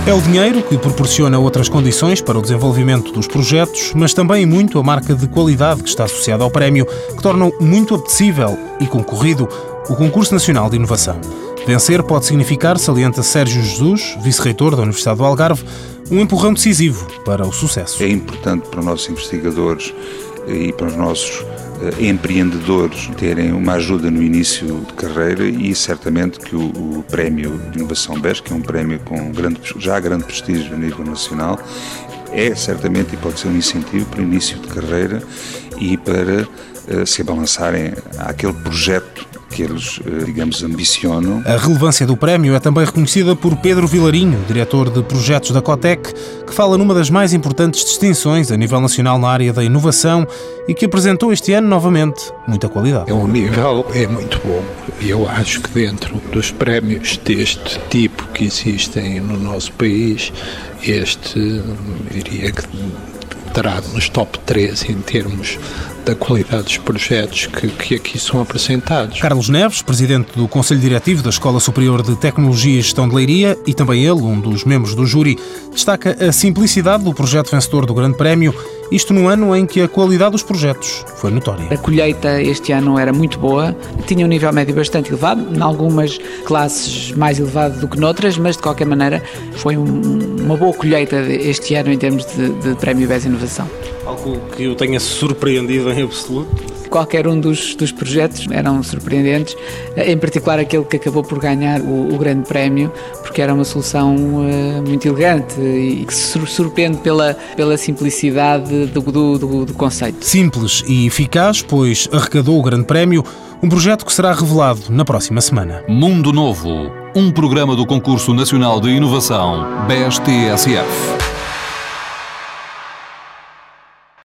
É o dinheiro que proporciona outras condições para o desenvolvimento dos projetos, mas também e muito a marca de qualidade que está associada ao prémio, que torna muito apetecível e concorrido o Concurso Nacional de Inovação. Vencer pode significar, salienta Sérgio Jesus, vice-reitor da Universidade do Algarve, um empurrão decisivo para o sucesso. É importante para os nossos investigadores e para os nossos empreendedores terem uma ajuda no início de carreira e certamente que o Prémio de Inovação BES, que é um prémio com grande prestígio a nível nacional, é certamente e pode ser um incentivo para o início de carreira e para se abalançarem àquele projeto que eles, digamos, ambicionam. A relevância do prémio é também reconhecida por Pedro Vilarinho, diretor de projetos da Cotec, que fala numa das mais importantes distinções a nível nacional na área da inovação e que apresentou este ano novamente muita qualidade. O nível é muito bom e eu acho que dentro dos prémios deste tipo que existem no nosso país, este diria que estará nos top 3 em termos da qualidade dos projetos que aqui são apresentados. Carlos Neves, presidente do Conselho Diretivo da Escola Superior de Tecnologia e Gestão de Leiria e também ele, um dos membros do júri, destaca a simplicidade do projeto vencedor do Grande Prémio, isto no ano em que a qualidade dos projetos foi notória. A colheita este ano era muito boa, tinha um nível médio bastante elevado, em algumas classes mais elevado do que noutras, mas de qualquer maneira foi uma boa colheita este ano em termos de Prémio BES Inovação. Algo que o tenha surpreendido em absoluto? Qualquer um dos projetos eram surpreendentes, em particular aquele que acabou por ganhar o Grande Prémio, porque era uma solução muito elegante e que se surpreende pela simplicidade do conceito. Simples e eficaz, pois arrecadou o Grande Prémio, um projeto que será revelado na próxima semana. Mundo Novo, um programa do Concurso Nacional de Inovação BES-TSF.